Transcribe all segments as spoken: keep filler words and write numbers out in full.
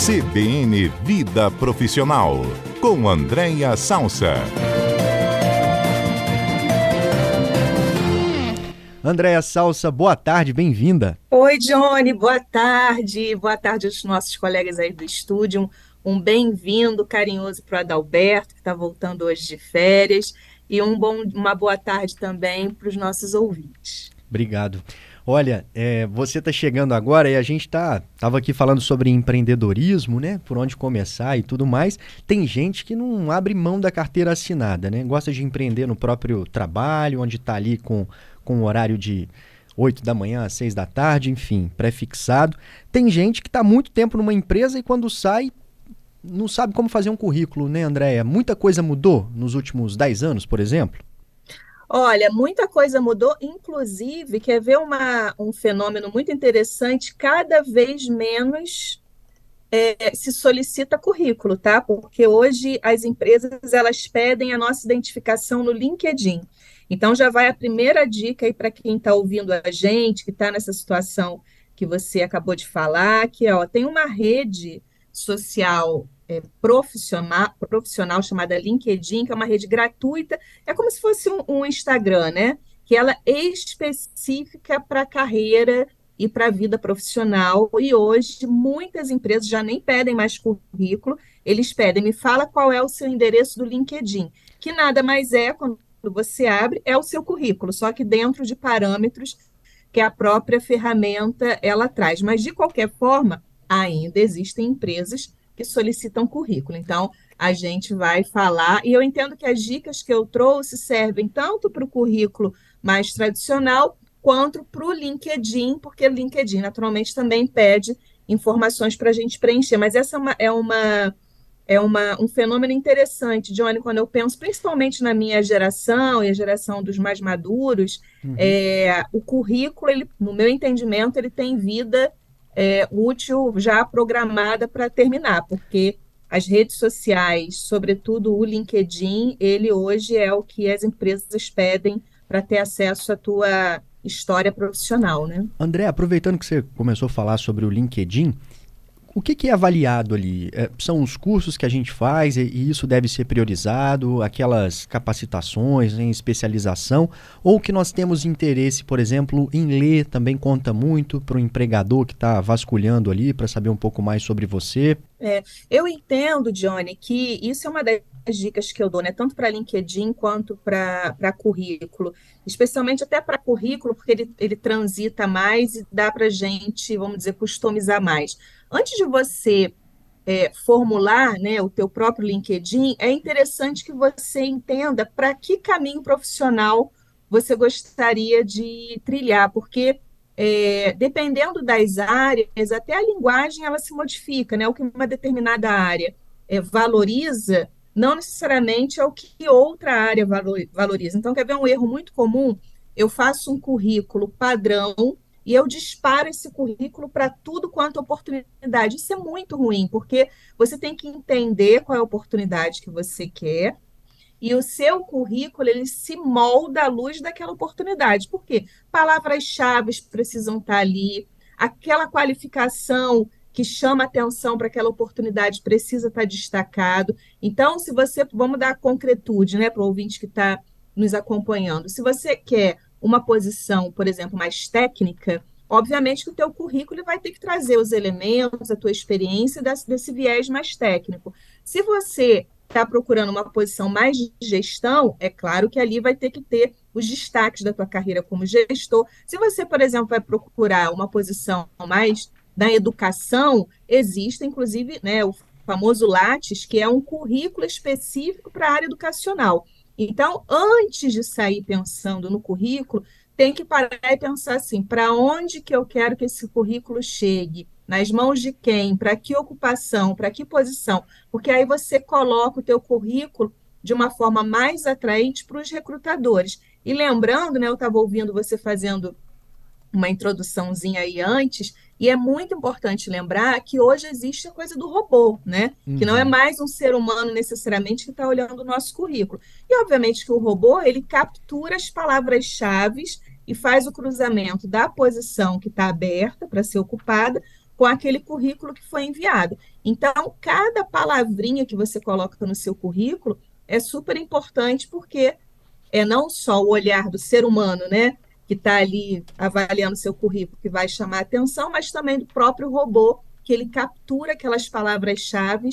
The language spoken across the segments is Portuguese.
C B N Vida Profissional, com Andréia Salsa. Andréia Salsa, boa tarde, bem-vinda. Oi, Johnny, boa tarde. Boa tarde aos nossos colegas aí do estúdio. Um, um bem-vindo carinhoso para o Adalberto, que está voltando hoje de férias. E um bom, uma boa tarde também para os nossos ouvintes. Obrigado. Olha, é, você está chegando agora e a gente tá, tava aqui falando sobre empreendedorismo, né? Por onde começar e tudo mais. Tem gente que não abre mão da carteira assinada, né? Gosta de empreender no próprio trabalho, onde está ali com, com o horário de oito da manhã às seis da tarde, enfim, pré-fixado. Tem gente que está muito tempo numa empresa e quando sai não sabe como fazer um currículo, né, Andréia? Muita coisa mudou nos últimos dez anos, por exemplo? Olha, muita coisa mudou, inclusive, quer ver uma, um fenômeno muito interessante, cada vez menos é, se solicita currículo, tá? Porque hoje as empresas, elas pedem a nossa identificação no LinkedIn. Então, já vai a primeira dica aí para quem está ouvindo a gente, que está nessa situação que você acabou de falar, que ó, tem uma rede social É, profissional, profissional chamada LinkedIn, que é uma rede gratuita, é como se fosse um, um Instagram, né? Que ela é específica para a carreira e para a vida profissional, e hoje muitas empresas já nem pedem mais currículo, eles pedem, me fala qual é o seu endereço do LinkedIn, que nada mais é, quando você abre, é o seu currículo, só que dentro de parâmetros que a própria ferramenta ela traz, mas de qualquer forma, ainda existem empresas que solicitam currículo. Então, a gente vai falar, e eu entendo que as dicas que eu trouxe servem tanto para o currículo mais tradicional, quanto para o LinkedIn, porque o LinkedIn, naturalmente, também pede informações para a gente preencher. Mas essa é, uma, é, uma, é uma, um fenômeno interessante, Johnny, quando eu penso, principalmente na minha geração e a geração dos mais maduros, uhum. é, o currículo, ele, no meu entendimento, ele tem vida É, útil já programada para terminar, porque as redes sociais, sobretudo o LinkedIn, ele hoje é o que as empresas pedem para ter acesso à tua história profissional, né? André, aproveitando que você começou a falar sobre o LinkedIn, o que, que é avaliado ali? É, são os cursos que a gente faz e, e isso deve ser priorizado, aquelas capacitações em especialização, ou que nós temos interesse, por exemplo, em ler também conta muito para o empregador que está vasculhando ali para saber um pouco mais sobre você? É, eu entendo, Johnny, que isso é uma das dicas que eu dou, né? Tanto para LinkedIn quanto para currículo, especialmente até para currículo, porque ele, ele transita mais e dá para a gente, vamos dizer, customizar mais. Antes de você é, formular, né, o teu próprio LinkedIn, é interessante que você entenda para que caminho profissional você gostaria de trilhar, porque é, dependendo das áreas, até a linguagem ela se modifica, né? O que uma determinada área é, valoriza, não necessariamente é o que outra área valoriza. Então, quer ver um erro muito comum? Eu faço um currículo padrão e eu disparo esse currículo para tudo quanto oportunidade. Isso é muito ruim, porque você tem que entender qual é a oportunidade que você quer, e o seu currículo, ele se molda à luz daquela oportunidade. Por quê? Palavras-chave precisam estar ali, aquela qualificação que chama atenção para aquela oportunidade precisa estar destacado. Então, se você, vamos dar concretude, né, para o ouvinte que está nos acompanhando, se você quer uma posição, por exemplo, mais técnica, obviamente que o teu currículo vai ter que trazer os elementos, a tua experiência desse, desse viés mais técnico. Se você está procurando uma posição mais de gestão, é claro que ali vai ter que ter os destaques da tua carreira como gestor. Se você, por exemplo, vai procurar uma posição mais da educação, existe, inclusive, né, o famoso Lattes, que é um currículo específico para a área educacional. Então, antes de sair pensando no currículo, tem que parar e pensar assim, para onde que eu quero que esse currículo chegue? Nas mãos de quem? Para que ocupação? Para que posição? Porque aí você coloca o teu currículo de uma forma mais atraente para os recrutadores. E lembrando, né, eu estava ouvindo você fazendo uma introduçãozinha aí antes, e é muito importante lembrar que hoje existe a coisa do robô, né? Uhum. Que não é mais um ser humano necessariamente que está olhando o nosso currículo. E, obviamente, que o robô, ele captura as palavras-chave e faz o cruzamento da posição que está aberta para ser ocupada com aquele currículo que foi enviado. Então, cada palavrinha que você coloca no seu currículo é super importante, porque é não só o olhar do ser humano, né, que está ali avaliando seu currículo, que vai chamar a atenção, mas também do próprio robô, que ele captura aquelas palavras-chave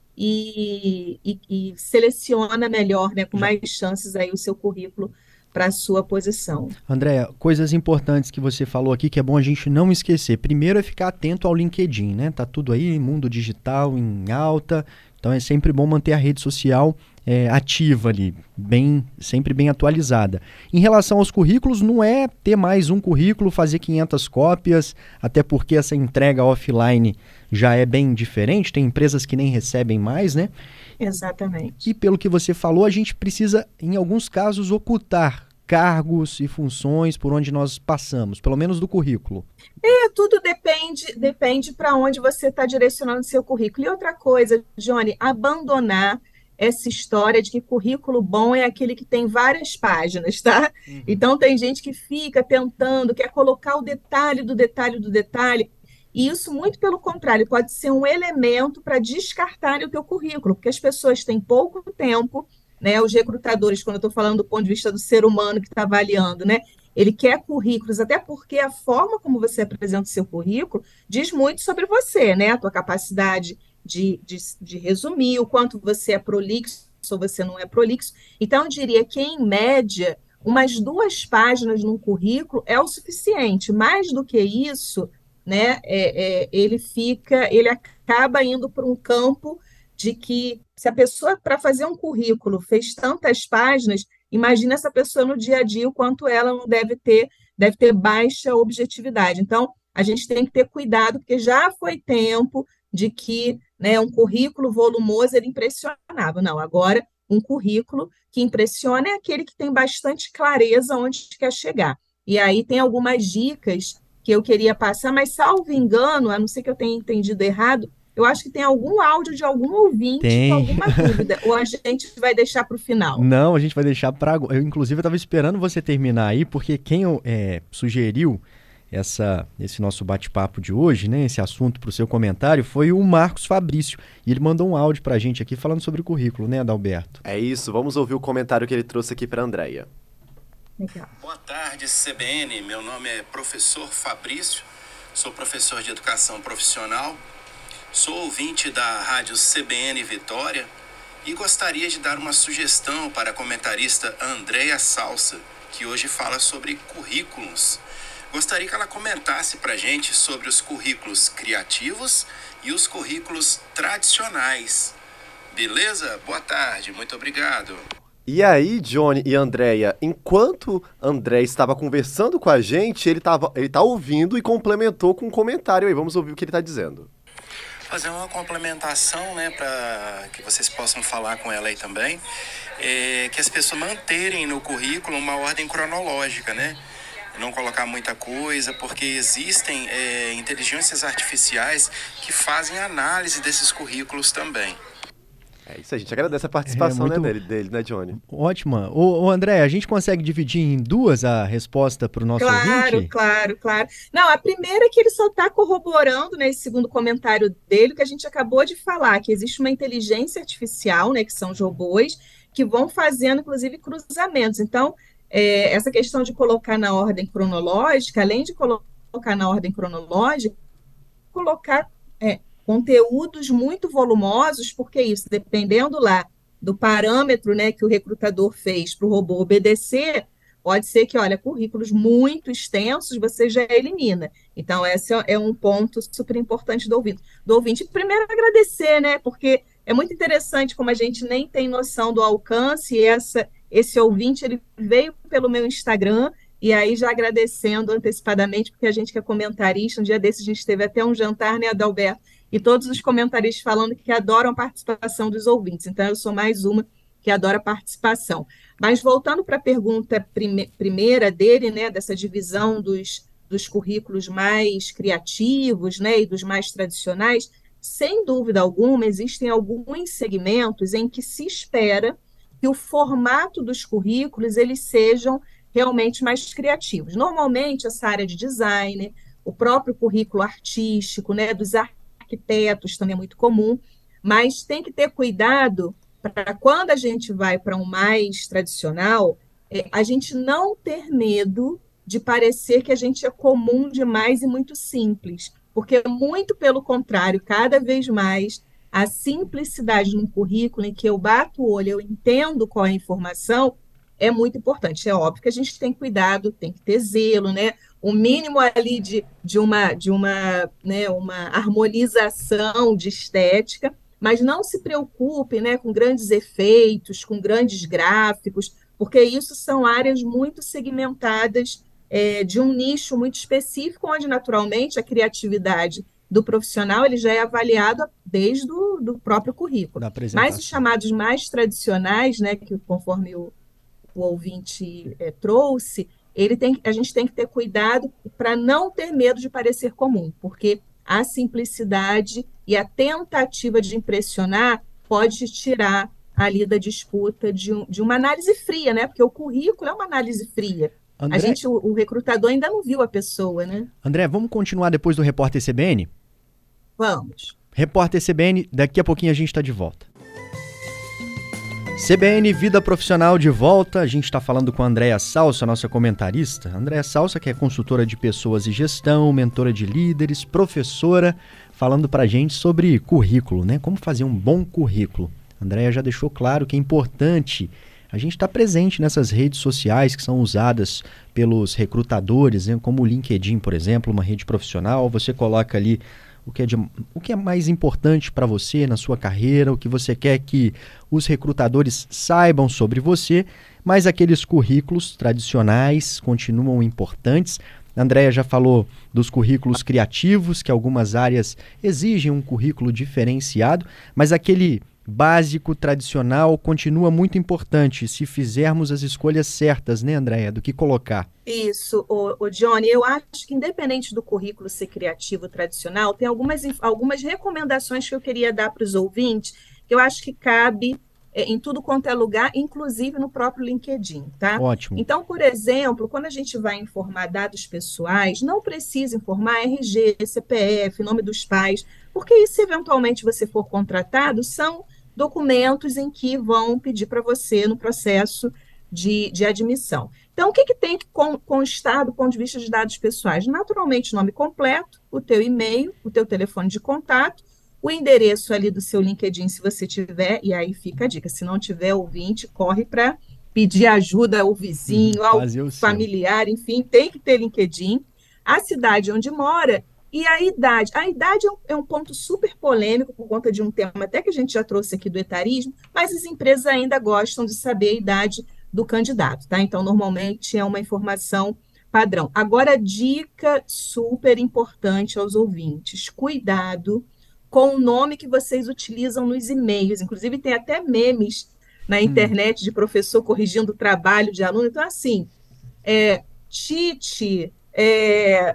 e, e, e seleciona melhor, né, com mais chances aí o seu currículo para a sua posição. Andréia, coisas importantes que você falou aqui que é bom a gente não esquecer. Primeiro é ficar atento ao LinkedIn, né? Tá tudo aí, mundo digital em alta, então é sempre bom manter a rede social é, ativa ali, bem, sempre bem atualizada. Em relação aos currículos, não é ter mais um currículo, fazer quinhentas cópias, até porque essa entrega offline já é bem diferente, tem empresas que nem recebem mais, né? Exatamente. E pelo que você falou, a gente precisa, em alguns casos, ocultar cargos e funções por onde nós passamos, pelo menos do currículo. É, tudo depende, depende para onde você está direcionando seu currículo. E outra coisa, Johnny, abandonar essa história de que currículo bom é aquele que tem várias páginas, tá? Uhum. Então tem gente que fica tentando, quer colocar o detalhe do detalhe do detalhe. E isso, muito pelo contrário, pode ser um elemento para descartar o teu currículo, porque as pessoas têm pouco tempo, né? Os recrutadores, quando eu estou falando do ponto de vista do ser humano que está avaliando, né? Ele quer currículos, até porque a forma como você apresenta o seu currículo diz muito sobre você, né? A tua capacidade de, de, de resumir, o quanto você é prolixo ou você não é prolixo. Então, eu diria que, em média, umas duas páginas num currículo é o suficiente. Mais do que isso, né, é, é, ele fica, ele acaba indo para um campo de que, se a pessoa, para fazer um currículo, fez tantas páginas, imagina essa pessoa no dia a dia, o quanto ela não deve ter, deve ter baixa objetividade. Então, a gente tem que ter cuidado, porque já foi tempo de que, né, um currículo volumoso ele impressionava. Não, agora um currículo que impressiona é aquele que tem bastante clareza onde quer chegar. E aí tem algumas dicas que eu queria passar, mas, salvo engano, a não ser que eu tenha entendido errado, eu acho que tem algum áudio de algum ouvinte tem. com alguma dúvida, ou a gente vai deixar para o final? Não, a gente vai deixar para... Eu, inclusive, eu estava esperando você terminar aí, porque quem é, sugeriu essa, esse nosso bate-papo de hoje, né, esse assunto para o seu comentário, foi o Marcos Fabrício. E ele mandou um áudio para a gente aqui falando sobre o currículo, né, Adalberto? É isso, vamos ouvir o comentário que ele trouxe aqui para a Andréia. Legal. Boa tarde, C B N. Meu nome é professor Fabrício, sou professor de educação profissional, sou ouvinte da rádio C B N Vitória e gostaria de dar uma sugestão para a comentarista Andréia Salsa, que hoje fala sobre currículos. Gostaria que ela comentasse para a gente sobre os currículos criativos e os currículos tradicionais. Beleza? Boa tarde, muito obrigado. E aí, Johnny e Andréia, enquanto André estava conversando com a gente, ele estava ele tá ouvindo e complementou com um comentário aí. Vamos ouvir o que ele está dizendo. Fazer uma complementação, né, para que vocês possam falar com ela aí também, é, que as pessoas manterem no currículo uma ordem cronológica, né? Não colocar muita coisa, porque existem é, inteligências artificiais que fazem análise desses currículos também. É isso, a gente agradece a participação, é muito... né, dele, dele, né, Johnny? Ótima. Ô, ô, André, a gente consegue dividir em duas a resposta para o nosso Claro, ouvinte? claro, claro. Não, a primeira é que ele só está corroborando, né, esse segundo comentário dele, que a gente acabou de falar, que existe uma inteligência artificial, né, que são os robôs, que vão fazendo, inclusive, cruzamentos. Então, é, essa questão de colocar na ordem cronológica, além de colocar na ordem cronológica, colocar... É, conteúdos muito volumosos, porque isso, dependendo lá do parâmetro, né, que o recrutador fez para o robô obedecer, pode ser que, olha, currículos muito extensos você já elimina. Então, esse é um ponto super importante do ouvinte. Do ouvinte, primeiro agradecer, né, porque é muito interessante como a gente nem tem noção do alcance, e essa, esse ouvinte, ele veio pelo meu Instagram, e aí já agradecendo antecipadamente, porque a gente que é comentarista, um dia desses a gente teve até um jantar, né, Adalberto, e todos os comentaristas falando que adoram a participação dos ouvintes. Então, eu sou mais uma que adora a participação. Mas, voltando para a pergunta prime- primeira dele, né, dessa divisão dos, dos currículos mais criativos, né, e dos mais tradicionais, sem dúvida alguma, existem alguns segmentos em que se espera que o formato dos currículos eles sejam realmente mais criativos. Normalmente, essa área de design, o próprio currículo artístico, né, dos arquitetos também é muito comum, mas tem que ter cuidado para quando a gente vai para um mais tradicional, é, a gente não ter medo de parecer que a gente é comum demais e muito simples, porque muito pelo contrário, cada vez mais a simplicidade num currículo em que eu bato o olho, eu entendo qual é a informação, é muito importante. É óbvio que a gente tem cuidado, tem que ter zelo, né? O mínimo ali de, de, uma, de uma, né, uma harmonização de estética, mas não se preocupe, né, com grandes efeitos, com grandes gráficos, porque isso são áreas muito segmentadas, é, de um nicho muito específico, onde naturalmente a criatividade do profissional ele já é avaliado desde o do próprio currículo. Mas os chamados mais tradicionais, né, que conforme o, o ouvinte é, trouxe, ele tem, a gente tem que ter cuidado para não ter medo de parecer comum, porque a simplicidade e a tentativa de impressionar pode tirar ali da disputa de, um, de uma análise fria, né? Porque o currículo é uma análise fria. André... A gente, o, o recrutador ainda não viu a pessoa, né? André, vamos continuar depois do Repórter C B N? Vamos. Repórter C B N, daqui a pouquinho a gente está de volta. C B N Vida Profissional de volta, a gente está falando com a Andréa Salsa, nossa comentarista. Andréa Salsa, que é consultora de pessoas e gestão, mentora de líderes, professora, falando para a gente sobre currículo, né? Como fazer um bom currículo. A Andréa já deixou claro que é importante a gente estar tá presente nessas redes sociais que são usadas pelos recrutadores, né? Como o LinkedIn, por exemplo, uma rede profissional. Você coloca ali o que é, de, o que é mais importante para você na sua carreira, o que você quer que os recrutadores saibam sobre você, mas aqueles currículos tradicionais continuam importantes. A Andréa já falou dos currículos criativos, que algumas áreas exigem um currículo diferenciado, mas aquele básico, tradicional, continua muito importante se fizermos as escolhas certas, né, Andréa, do que colocar. Isso, o, o Johnny, eu acho que independente do currículo ser criativo tradicional, tem algumas, algumas recomendações que eu queria dar para os ouvintes, que eu acho que cabe é, em tudo quanto é lugar, inclusive no próprio LinkedIn, tá? Ótimo. Então, por exemplo, quando a gente vai informar dados pessoais, não precisa informar R G, C P F, nome dos pais, porque isso, se eventualmente você for contratado, são documentos em que vão pedir para você no processo de, de admissão. Então, o que, que tem que constar do ponto de vista de dados pessoais? Naturalmente, nome completo, o teu e-mail, o teu telefone de contato, o endereço ali do seu LinkedIn, se você tiver, e aí fica a dica, se não tiver ouvinte, corre para pedir ajuda ao vizinho, ao familiar, enfim, tem que ter LinkedIn, a cidade onde mora e a idade. A idade é um, é um ponto super polêmico por conta de um tema até que a gente já trouxe aqui do etarismo, mas as empresas ainda gostam de saber a idade do candidato, tá? Então, normalmente é uma informação padrão. Agora, dica super importante aos ouvintes, cuidado com o nome que vocês utilizam nos e-mails, inclusive tem até memes na internet hum. de professor corrigindo o trabalho de aluno, então assim, é, Tite, é,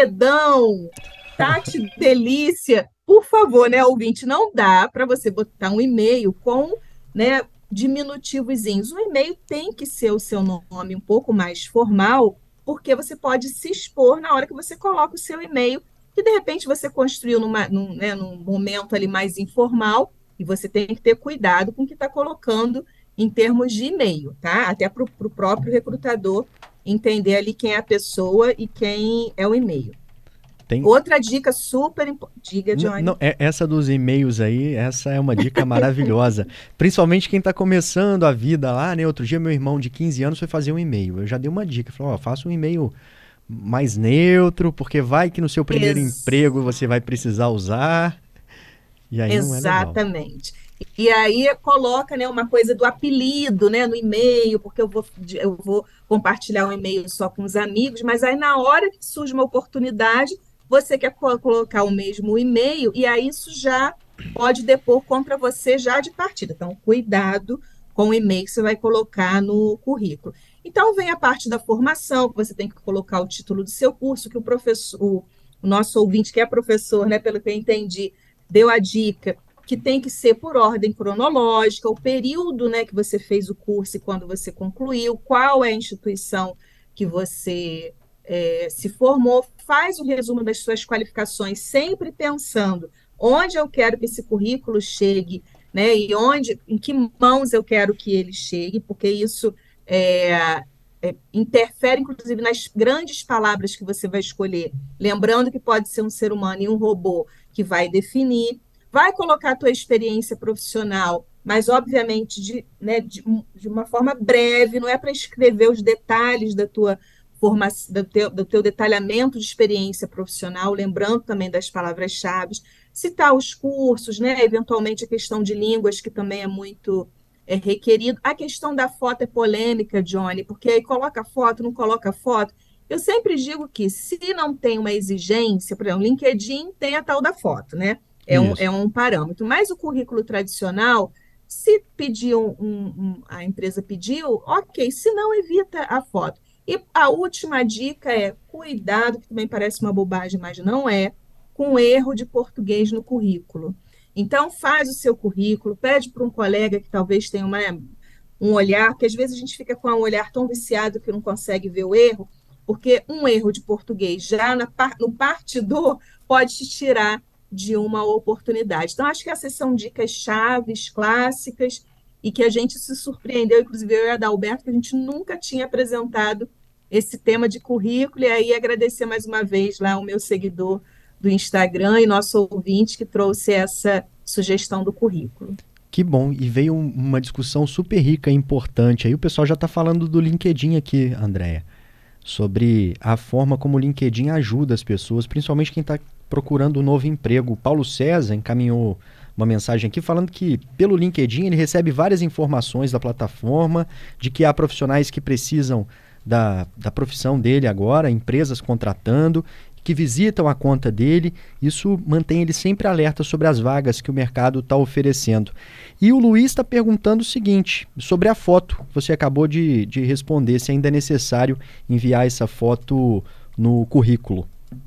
Dedão, Tati Delícia, por favor, né, ouvinte, não dá para você botar um e-mail com, né, diminutivozinhos. O e-mail tem que ser o seu nome um pouco mais formal, porque você pode se expor na hora que você coloca o seu e-mail, que de repente você construiu numa, num, né, num momento ali mais informal, e você tem que ter cuidado com o que está colocando em termos de e-mail, tá? Até para o próprio recrutador entender ali quem é a pessoa e quem é o e-mail. Tem... Outra dica super importante. Diga, Johnny. Não, não, essa dos e-mails aí, essa é uma dica maravilhosa. Principalmente quem está começando a vida lá, né? Outro dia meu irmão de quinze anos foi fazer um e-mail. Eu já dei uma dica. Falei, ó, faça um e-mail mais neutro, porque vai que no seu primeiro Ex... emprego você vai precisar usar. E aí Exatamente. Não é legal. E aí coloca, né, uma coisa do apelido, né, no e-mail, porque eu vou, eu vou compartilhar um e-mail só com os amigos, mas aí na hora que surge uma oportunidade, você quer colocar o mesmo e-mail, e aí isso já pode depor contra você já de partida. Então, cuidado com o e-mail que você vai colocar no currículo. Então, vem a parte da formação, que você tem que colocar o título do seu curso, que o professor, o, o nosso ouvinte, que é professor, né, pelo que eu entendi, deu a dica, que tem que ser por ordem cronológica, o período, né, que você fez o curso e quando você concluiu, qual é a instituição que você é, se formou, faz um resumo das suas qualificações, sempre pensando onde eu quero que esse currículo chegue, né, e onde, em que mãos eu quero que ele chegue, porque isso é, é, interfere, inclusive, nas grandes palavras que você vai escolher. Lembrando que pode ser um ser humano e um robô que vai definir, vai colocar a tua experiência profissional, mas, obviamente, de, né, de, de uma forma breve, não é para escrever os detalhes da tua formação, do teu, do teu detalhamento de experiência profissional, lembrando também das palavras-chave, citar os cursos, né, eventualmente a questão de línguas, que também é muito é, requerido. A questão da foto é polêmica, Johnny, porque aí coloca foto, não coloca foto. Eu sempre digo que, se não tem uma exigência, por exemplo, o LinkedIn tem a tal da foto, né? É um, é um parâmetro. Mas o currículo tradicional, se pedir um, um, a empresa pediu, ok, se não, evita a foto. E a última dica é cuidado, que também parece uma bobagem, mas não é, com erro de português no currículo. Então, faz o seu currículo, pede para um colega que talvez tenha uma, um olhar, porque às vezes a gente fica com um olhar tão viciado que não consegue ver o erro, porque um erro de português já na, no partidor pode te tirar de uma oportunidade. Então, acho que essas são dicas chaves, clássicas, e que a gente se surpreendeu, inclusive eu e a Adalberto, que a gente nunca tinha apresentado esse tema de currículo, e aí agradecer mais uma vez lá o meu seguidor do Instagram e nosso ouvinte que trouxe essa sugestão do currículo. Que bom, e veio um, uma discussão super rica e importante. Aí o pessoal já está falando do LinkedIn aqui, Andréia, sobre a forma como o LinkedIn ajuda as pessoas, principalmente quem está procurando um novo emprego. O Paulo César encaminhou uma mensagem aqui falando que pelo LinkedIn ele recebe várias informações da plataforma, de que há profissionais que precisam da, da profissão dele agora, empresas contratando, que visitam a conta dele. Isso mantém ele sempre alerta sobre as vagas que o mercado está oferecendo. E o Luiz está perguntando o seguinte, sobre a foto. Você acabou de, de responder se ainda é necessário enviar essa foto no currículo.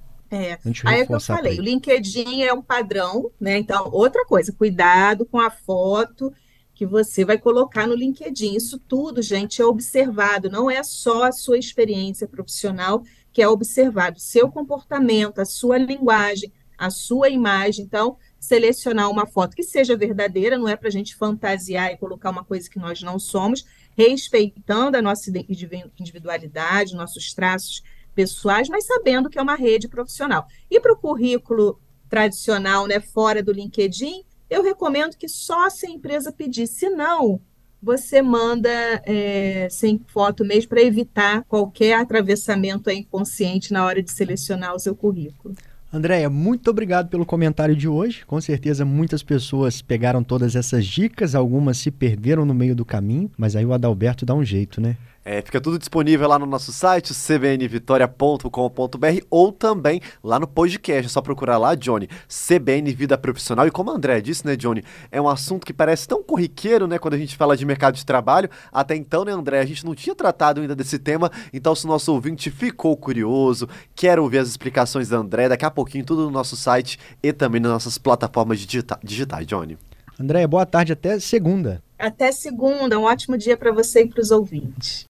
É, aí é que eu falei, o LinkedIn é um padrão, né? Então, outra coisa, cuidado com a foto que você vai colocar no LinkedIn. Isso tudo, gente, é observado, não é só a sua experiência profissional que é observado, seu comportamento, a sua linguagem, a sua imagem. Então, selecionar uma foto que seja verdadeira, não é para a gente fantasiar e colocar uma coisa que nós não somos, respeitando a nossa individualidade, nossos traços pessoais, mas sabendo que é uma rede profissional. E para o currículo tradicional, né, fora do LinkedIn, eu recomendo que só se a empresa pedir, se não, você manda é, sem foto mesmo, para evitar qualquer atravessamento inconsciente na hora de selecionar o seu currículo. Andréia, muito obrigado pelo comentário de hoje. Com certeza muitas pessoas pegaram todas essas dicas, algumas se perderam no meio do caminho, mas aí o Adalberto dá um jeito, né? É, fica tudo disponível lá no nosso site, c b n vitória ponto com ponto b r, ou também lá no podcast. É só procurar lá, Johnny, C B N Vida Profissional. E como a André disse, né, Johnny, é um assunto que parece tão corriqueiro, né, quando a gente fala de mercado de trabalho. Até então, né, André, a gente não tinha tratado ainda desse tema. Então, se o nosso ouvinte ficou curioso, quer ouvir as explicações da André, daqui a pouquinho tudo no nosso site e também nas nossas plataformas digita- digitais, Johnny. Andréia, boa tarde, até segunda. Até segunda, um ótimo dia para você e para os ouvintes.